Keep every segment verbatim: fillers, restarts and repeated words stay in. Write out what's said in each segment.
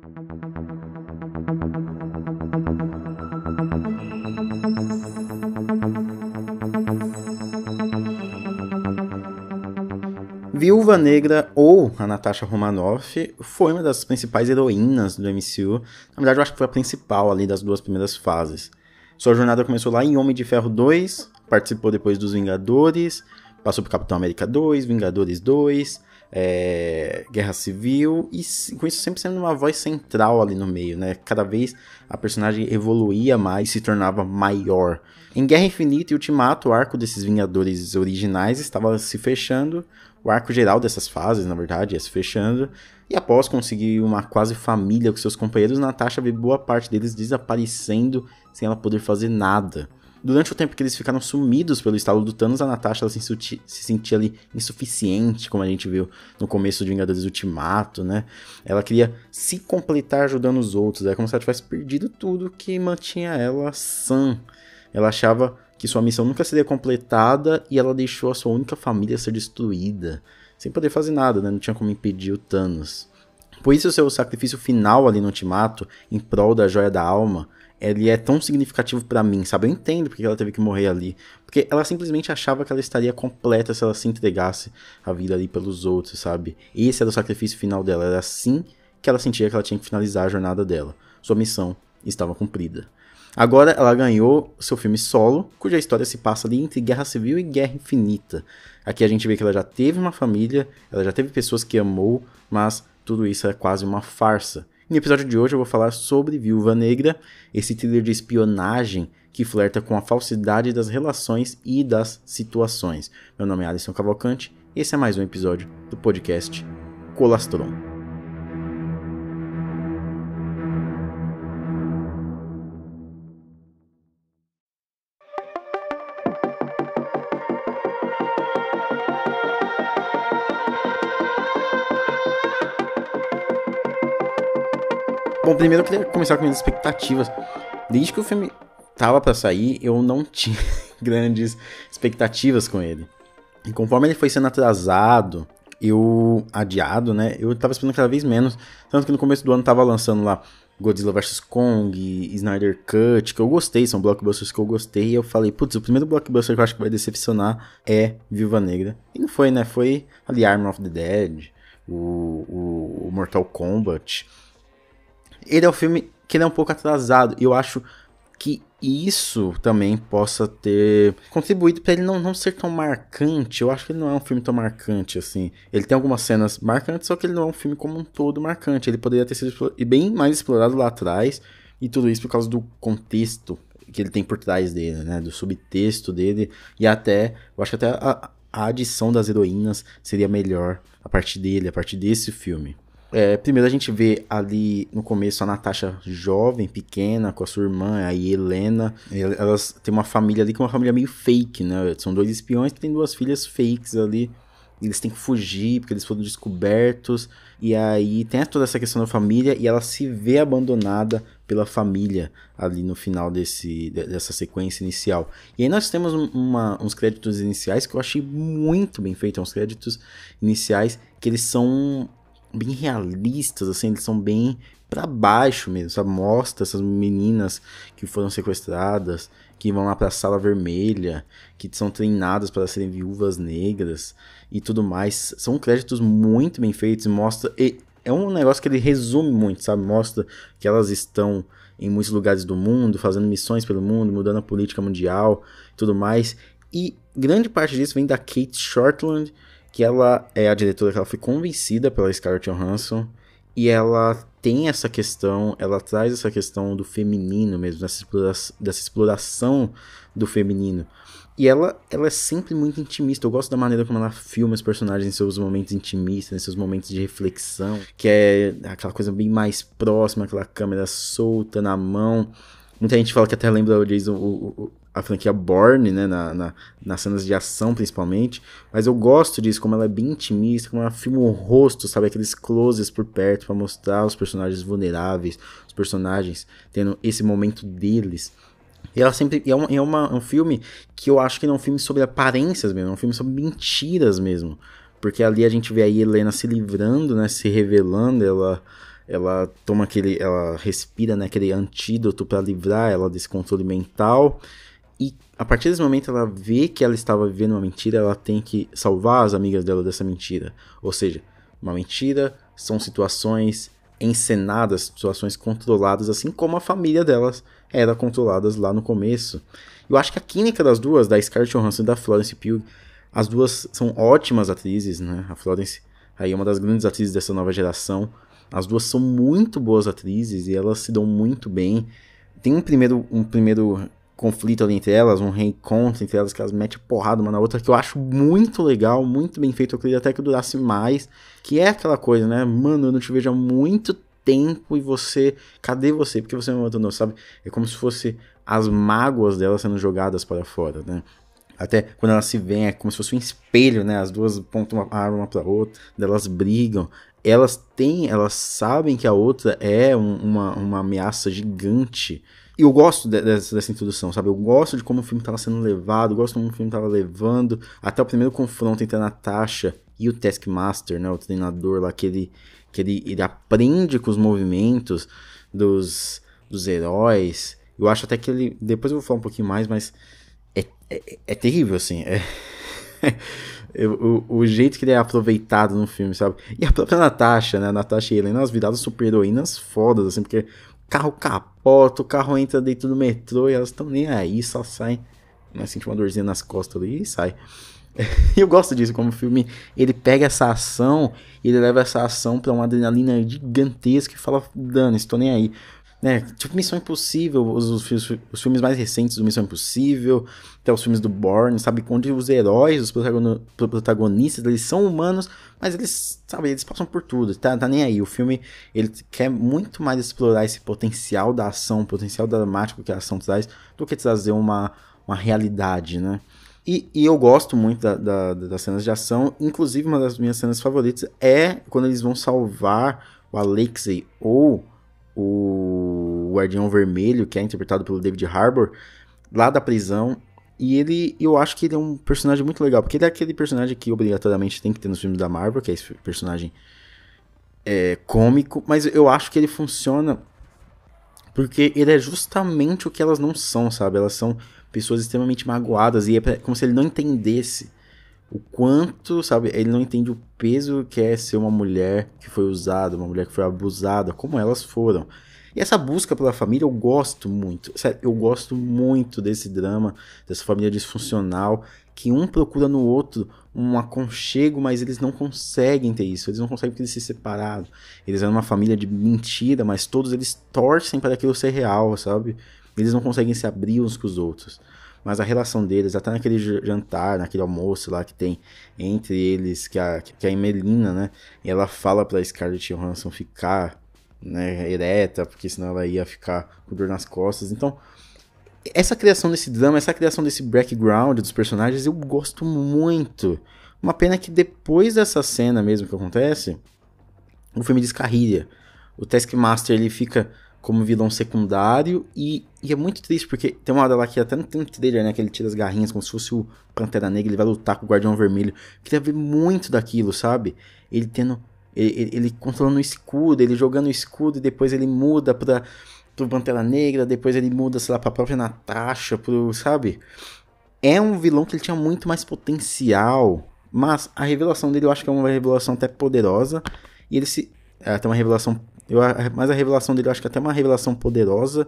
Viúva Negra, ou a Natasha Romanoff, foi uma das principais heroínas do M C U. Na verdade, eu acho que foi a principal ali das duas primeiras fases. Sua jornada começou lá em Homem de Ferro dois, participou depois dos Vingadores, passou por Capitão América dois, Vingadores dois, é, Guerra Civil, e com isso sempre sendo uma voz central ali no meio, né? Cada vez a personagem evoluía mais e se tornava maior. Em Guerra Infinita e Ultimato, o arco desses Vingadores originais estava se fechando, o arco geral dessas fases, na verdade, ia se fechando, e após conseguir uma quase família com seus companheiros, Natasha vê boa parte deles desaparecendo sem ela poder fazer nada. Durante o tempo que eles ficaram sumidos pelo estalo do Thanos, a Natasha ela se, se sentia ali insuficiente, como a gente viu no começo de Vingadores Ultimato, né? Ela queria se completar ajudando os outros, é como se ela tivesse perdido tudo que mantinha ela sã. Ela achava que sua missão nunca seria completada e ela deixou a sua única família ser destruída, sem poder fazer nada, né? Não tinha como impedir o Thanos. Por isso o seu sacrifício final ali no Ultimato, em prol da Joia da Alma, ele é tão significativo pra mim, sabe? Eu entendo porque ela teve que morrer ali, porque ela simplesmente achava que ela estaria completa se ela se entregasse a vida ali pelos outros, sabe? Esse era o sacrifício final dela, era assim que ela sentia que ela tinha que finalizar a jornada dela. Sua missão estava cumprida. Agora ela ganhou seu filme solo, cuja história se passa ali entre Guerra Civil e Guerra Infinita. Aqui a gente vê que ela já teve uma família, ela já teve pessoas que amou, mas tudo isso é quase uma farsa. No episódio de hoje eu vou falar sobre Viúva Negra, esse thriller de espionagem que flerta com a falsidade das relações e das situações. Meu nome é Alisson Cavalcante e esse é mais um episódio do podcast Colastron. Bom, primeiro eu queria começar com minhas expectativas. Desde que o filme tava pra sair, eu não tinha grandes expectativas com ele. E conforme ele foi sendo atrasado, eu adiado, né? Eu tava esperando cada vez menos. Tanto que no começo do ano tava lançando lá Godzilla versus. Kong, Snyder Cut, que eu gostei, são blockbusters que eu gostei. E eu falei, putz, o primeiro blockbuster que eu acho que vai decepcionar é Viúva Negra. E não foi, né? Foi ali Army of the Dead, o, o, o Mortal Kombat. Ele é um filme que ele é um pouco atrasado, e eu acho que isso também possa ter contribuído para ele não, não ser tão marcante. Eu acho que ele não é um filme tão marcante assim. Ele tem algumas cenas marcantes, só que ele não é um filme como um todo marcante. Ele poderia ter sido bem mais explorado lá atrás, e tudo isso por causa do contexto que ele tem por trás dele, né? Do subtexto dele, e até, eu acho que até a, a adição das heroínas seria melhor a partir dele, a partir desse filme. É, primeiro a gente vê ali no começo a Natasha jovem, pequena, com a sua irmã, a Helena. Elas têm uma família ali que é uma família meio fake, né? São dois espiões que têm duas filhas fakes ali. Eles têm que fugir porque eles foram descobertos. E aí tem toda essa questão da família e ela se vê abandonada pela família ali no final desse, dessa sequência inicial. E aí nós temos uma, uns créditos iniciais que eu achei muito bem feitos. Uns créditos iniciais que eles são bem realistas, assim, eles são bem pra baixo mesmo, sabe? Mostra essas meninas que foram sequestradas, que vão lá pra Sala Vermelha, que são treinadas para serem viúvas negras e tudo mais. São créditos muito bem feitos, mostra... E é um negócio que ele resume muito, sabe? Mostra que elas estão em muitos lugares do mundo, fazendo missões pelo mundo, mudando a política mundial e tudo mais. E grande parte disso vem da Kate Shortland, que ela é a diretora que ela foi convencida pela Scarlett Johansson, e ela tem essa questão, ela traz essa questão do feminino mesmo, dessa exploração, dessa exploração do feminino. E ela, ela é sempre muito intimista. Eu gosto da maneira como ela filma os personagens em seus momentos intimistas, em seus momentos de reflexão, que é aquela coisa bem mais próxima, aquela câmera solta na mão. Muita gente fala que até lembra o Jason, o, o, a franquia Bourne, né, na, na, nas cenas de ação principalmente, mas eu gosto disso, como ela é bem intimista, como ela filma o rosto, sabe, aqueles closes por perto para mostrar os personagens vulneráveis, os personagens tendo esse momento deles. E ela sempre é, um, é uma, um filme que eu acho que não é um filme sobre aparências mesmo, é um filme sobre mentiras mesmo, porque ali a gente vê a Helena se livrando, né, se revelando, ela ela toma aquele, ela respira, né, aquele antídoto para livrar ela desse controle mental. E a partir desse momento ela vê que ela estava vivendo uma mentira, ela tem que salvar as amigas dela dessa mentira. Ou seja, uma mentira são situações encenadas, situações controladas, assim como a família delas era controladas lá no começo. Eu acho que a química das duas, da Scarlett Johansson e da Florence Pugh, as duas são ótimas atrizes, né? A Florence aí é uma das grandes atrizes dessa nova geração. As duas são muito boas atrizes e elas se dão muito bem. Tem um primeiro, um primeiro conflito ali entre elas, um reencontro entre elas, que elas metem porrada uma na outra, que eu acho muito legal, muito bem feito. Eu queria até que durasse mais, que é aquela coisa, né? Mano, eu não te vejo há muito tempo e você... Cadê você? Porque você me abandonou, sabe? É como se fosse as mágoas dela sendo jogadas para fora, né? Até quando elas se veem, é como se fosse um espelho, né? As duas apontam uma arma uma pra outra, elas brigam. Elas têm, elas sabem que a outra é um, uma, uma ameaça gigante. E eu gosto de, dessa, dessa introdução, sabe? Eu gosto de como o filme estava sendo levado, eu gosto de como o filme estava levando. Até o primeiro confronto entre a Natasha e o Taskmaster, né? O treinador lá, que ele, que ele, ele aprende com os movimentos dos, dos heróis. Eu acho até que ele... Depois eu vou falar um pouquinho mais, mas... É, é, é terrível, assim. É... o, o jeito que ele é aproveitado no filme, sabe? E a própria Natasha, né? A Natasha e a Helena, elas viraram super heroínas fodas, assim, porque o carro capota, o carro entra dentro do metrô e elas estão nem aí, só saem, né? Sente uma dorzinha nas costas ali e sai. E eu gosto disso, como o filme, ele pega essa ação e ele leva essa ação pra uma adrenalina gigantesca e fala, dane-se, tô nem aí. Né, tipo Missão Impossível, os, os, os filmes mais recentes do Missão Impossível, até os filmes do Bourne, sabe, onde os heróis, os protagonistas, eles são humanos, mas eles, sabe, eles passam por tudo, tá, tá nem aí. O filme, ele quer muito mais explorar esse potencial da ação, o potencial dramático que a ação traz, do que trazer uma, uma realidade, né. E, e eu gosto muito da, da, das cenas de ação, inclusive uma das minhas cenas favoritas é quando eles vão salvar o Alexei ou o Guardião Vermelho, que é interpretado pelo David Harbour, lá da prisão. E ele, eu acho que ele é um personagem muito legal, porque ele é aquele personagem que obrigatoriamente tem que ter nos filmes da Marvel, que é esse personagem é, cômico, mas eu acho que ele funciona porque ele é justamente o que elas não são, sabe? Elas são pessoas extremamente magoadas, e é como se ele não entendesse o quanto, sabe, ele não entende o peso que é ser uma mulher que foi usada, uma mulher que foi abusada, como elas foram. E essa busca pela família eu gosto muito, sério, eu gosto muito desse drama, dessa família disfuncional, que um procura no outro um aconchego, mas eles não conseguem ter isso, eles não conseguem porque eles se separaram. Eles eram uma família de mentira, mas todos eles torcem para aquilo ser real, sabe? Eles não conseguem se abrir uns com os outros. Mas a relação deles, até naquele jantar, naquele almoço lá que tem entre eles, que a, que a Emelina, né? E ela fala pra Scarlett Johansson ficar, né, ereta, porque senão ela ia ficar com dor nas costas. Então, essa criação desse drama, essa criação desse background dos personagens, eu gosto muito. Uma pena que depois dessa cena mesmo que acontece, o filme descarrilha. O Taskmaster, ele fica como vilão secundário, e, e é muito triste, porque tem uma hora lá que até não tem um trailer, né, que ele tira as garrinhas como se fosse o Pantera Negra, ele vai lutar com o Guardião Vermelho. Eu queria ver muito daquilo, sabe? Ele tendo, ele, ele, ele controlando o escudo, ele jogando o escudo, e depois ele muda pra, pro Pantera Negra, depois ele muda, sei lá, pra própria Natasha, pro, sabe? É um vilão que ele tinha muito mais potencial, mas a revelação dele eu acho que é uma revelação até poderosa, e ele se... É, até uma revelação... Eu, mas a revelação dele eu acho que é até uma revelação poderosa.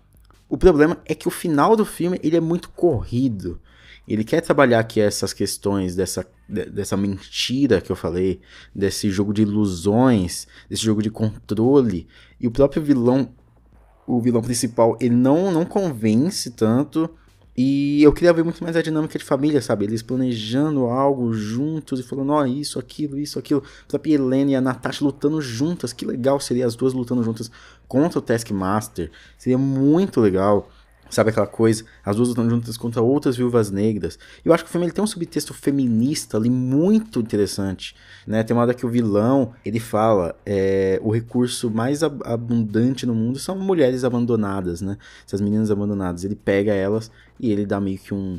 O problema é que o final do filme ele é muito corrido. Ele quer trabalhar aqui essas questões dessa, dessa mentira que eu falei, desse jogo de ilusões, desse jogo de controle. E o próprio vilão, o vilão principal, ele não, não convence tanto. E eu queria ver muito mais a dinâmica de família, sabe? Eles planejando algo juntos e falando, ó, oh, isso, aquilo, isso, aquilo. A Helena e a Natasha lutando juntas. Que legal seria as duas lutando juntas contra o Taskmaster. Seria muito legal. Sabe aquela coisa? As duas lutando juntas contra outras viúvas negras. Eu acho que o filme ele tem um subtexto feminista ali muito interessante, né? Tem uma hora que o vilão, ele fala, é, o recurso mais ab- abundante no mundo são mulheres abandonadas, né? Essas meninas abandonadas. Ele pega elas e ele dá meio que um,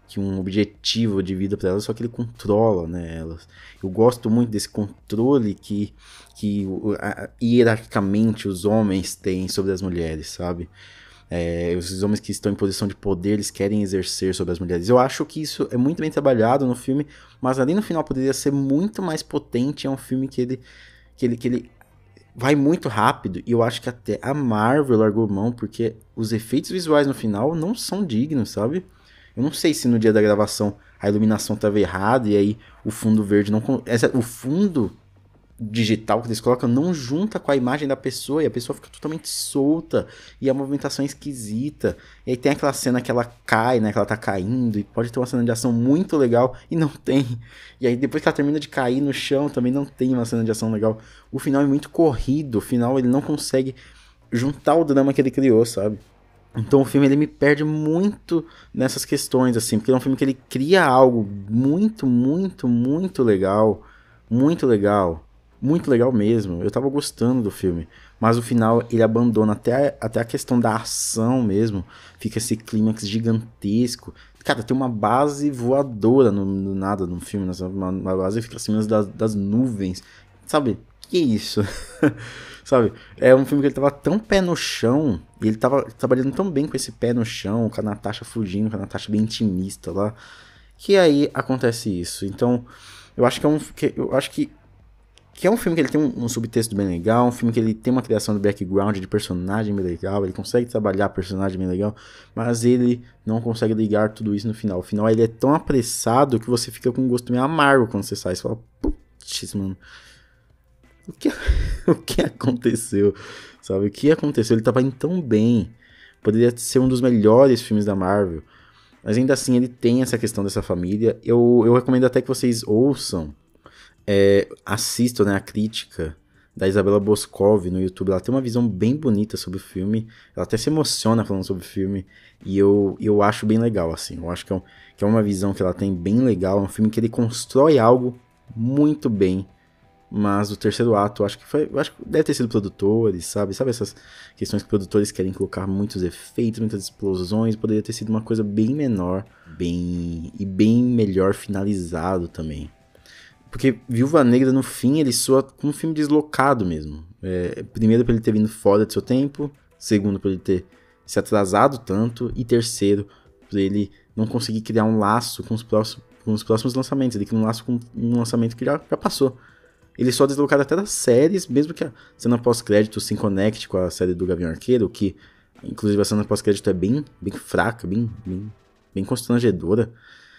que um objetivo de vida para elas, só que ele controla, né, elas. Eu gosto muito desse controle que, que a, hierarquicamente os homens têm sobre as mulheres, sabe? É, os homens que estão em posição de poder, eles querem exercer sobre as mulheres. Eu acho que isso é muito bem trabalhado no filme, mas ali no final poderia ser muito mais potente. É um filme que ele, que ele, que ele vai muito rápido, e eu acho que até a Marvel largou mão, porque os efeitos visuais no final não são dignos, sabe? Eu não sei se no dia da gravação a iluminação estava errada, e aí o fundo verde não... Essa, o fundo digital que eles colocam não junta com a imagem da pessoa, e a pessoa fica totalmente solta, e a movimentação é esquisita. E aí tem aquela cena que ela cai, né, que ela tá caindo, e pode ter uma cena de ação muito legal, e não tem. E aí depois que ela termina de cair no chão, também não tem uma cena de ação legal. O final é muito corrido, o final ele não consegue juntar o drama que ele criou, sabe? Então o filme ele me perde muito nessas questões, assim, porque é um filme que ele cria algo muito, muito, muito legal, muito legal, muito legal mesmo. Eu tava gostando do filme, mas o final ele abandona até a, até a questão da ação mesmo, fica esse clímax gigantesco. Cara, tem uma base voadora no, no nada no filme, uma, uma base que fica acima das, das nuvens, sabe? Que isso? Sabe? É um filme que ele tava tão pé no chão, e ele tava trabalhando tão bem com esse pé no chão, com a Natasha fugindo, com a Natasha bem intimista lá, que aí acontece isso. Então, eu acho que é um, que, eu acho que, que é um filme que ele tem um, um subtexto bem legal, um filme que ele tem uma criação de background, de personagem bem legal, ele consegue trabalhar personagem bem legal, mas ele não consegue ligar tudo isso no final. O final ele é tão apressado que você fica com um gosto meio amargo quando você sai. Você fala, putz, mano, O que, o que aconteceu, sabe? O que aconteceu? Ele tava indo tão bem. Poderia ser um dos melhores filmes da Marvel. Mas ainda assim, ele tem essa questão dessa família. Eu, eu recomendo até que vocês ouçam, é, assistam, né, a crítica da Isabela Boscov no YouTube. Ela tem uma visão bem bonita sobre o filme. Ela até se emociona falando sobre o filme. E eu, eu acho bem legal, assim. Eu acho que é, um, que é uma visão que ela tem bem legal. É um filme que ele constrói algo muito bem. Mas o terceiro ato, acho que foi, acho que deve ter sido produtores, sabe? Sabe essas questões que produtores querem colocar muitos efeitos, muitas explosões, poderia ter sido uma coisa bem menor, bem e bem melhor finalizado também. Porque Viúva Negra, no fim, ele soa como um filme deslocado mesmo. É, primeiro, por ele ter vindo fora do seu tempo, segundo, por ele ter se atrasado tanto, e terceiro, por ele não conseguir criar um laço com os próximos, com os próximos lançamentos. Ele cria um laço com um lançamento que já, já passou. Ele só é deslocado até das séries, mesmo que a cena pós-crédito se conecte com a série do Gavião Arqueiro, que, inclusive, a cena pós-crédito é bem, bem fraca, bem, bem, bem constrangedora.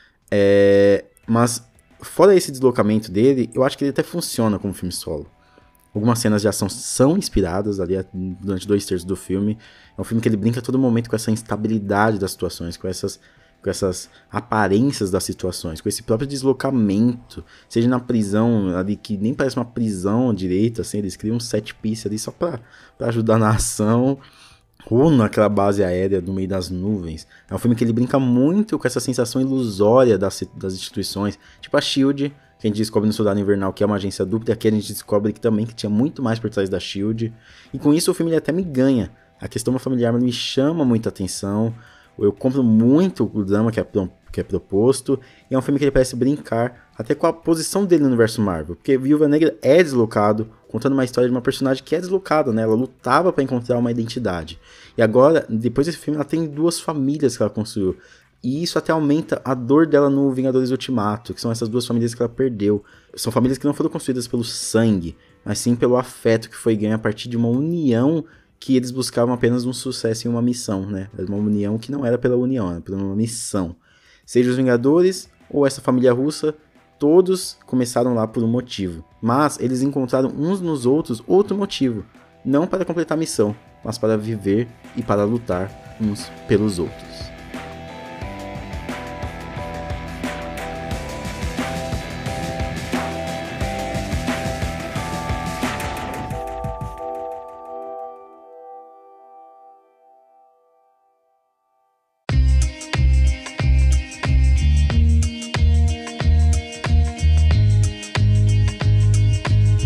É, mas, fora esse deslocamento dele, eu acho que ele até funciona como filme solo. Algumas cenas de ação são inspiradas ali durante dois terços do filme. É um filme que ele brinca a todo momento com essa instabilidade das situações, com essas... com essas aparências das situações, com esse próprio deslocamento, seja na prisão ali, que nem parece uma prisão direito, assim, eles criam um set piece ali só pra, pra ajudar na ação, ou naquela base aérea no meio das nuvens. É um filme que ele brinca muito com essa sensação ilusória das, das instituições, tipo a SHIELD, que a gente descobre no Soldado Invernal, que é uma agência dupla, aqui a gente descobre que também que tinha muito mais por trás da SHIELD, e com isso o filme ele até me ganha. A questão familiar me chama muita atenção. Eu compro muito o drama que é, que é proposto. E é um filme que ele parece brincar até com a posição dele no universo Marvel. Porque Viúva Negra é deslocado, contando uma história de uma personagem que é deslocada, né? Ela lutava para encontrar uma identidade. E agora, depois desse filme, ela tem duas famílias que ela construiu. E isso até aumenta a dor dela no Vingadores Ultimato, que são essas duas famílias que ela perdeu. São famílias que não foram construídas pelo sangue, mas sim pelo afeto que foi ganho a partir de uma união que eles buscavam apenas um sucesso em uma missão, né? Era uma união que não era pela união, era pela uma missão. Seja os Vingadores ou essa família russa, todos começaram lá por um motivo. Mas eles encontraram uns nos outros outro motivo. Não para completar a missão, mas para viver e para lutar uns pelos outros.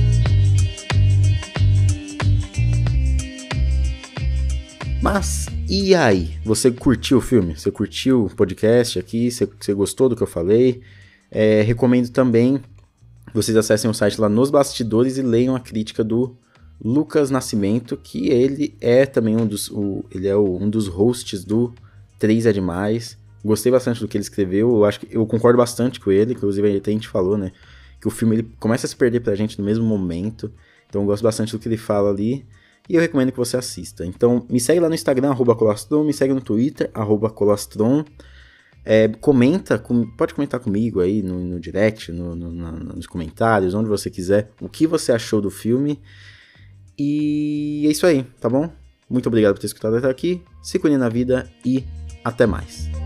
Mas, E aí, você curtiu o filme? Você curtiu o podcast aqui? Você, você gostou do que eu falei? É, recomendo também que vocês acessem o site lá Nos Bastidores e leiam a crítica do Lucas Nascimento, que ele é também um dos, o, ele é o, um dos hosts do três é Demais. Gostei bastante do que ele escreveu, eu acho que eu concordo bastante com ele, inclusive até a gente falou, né, que o filme ele começa a se perder pra gente no mesmo momento, então eu gosto bastante do que ele fala ali. E eu recomendo que você assista. Então, me segue lá no Instagram, arroba Colostron, me segue no Twitter, arroba Colostron. É, comenta, com, pode comentar comigo aí no, no direct, no, no, na, nos comentários, onde você quiser, o que você achou do filme. E é isso aí, tá bom? Muito obrigado por ter escutado até aqui. Se cuide na vida e até mais.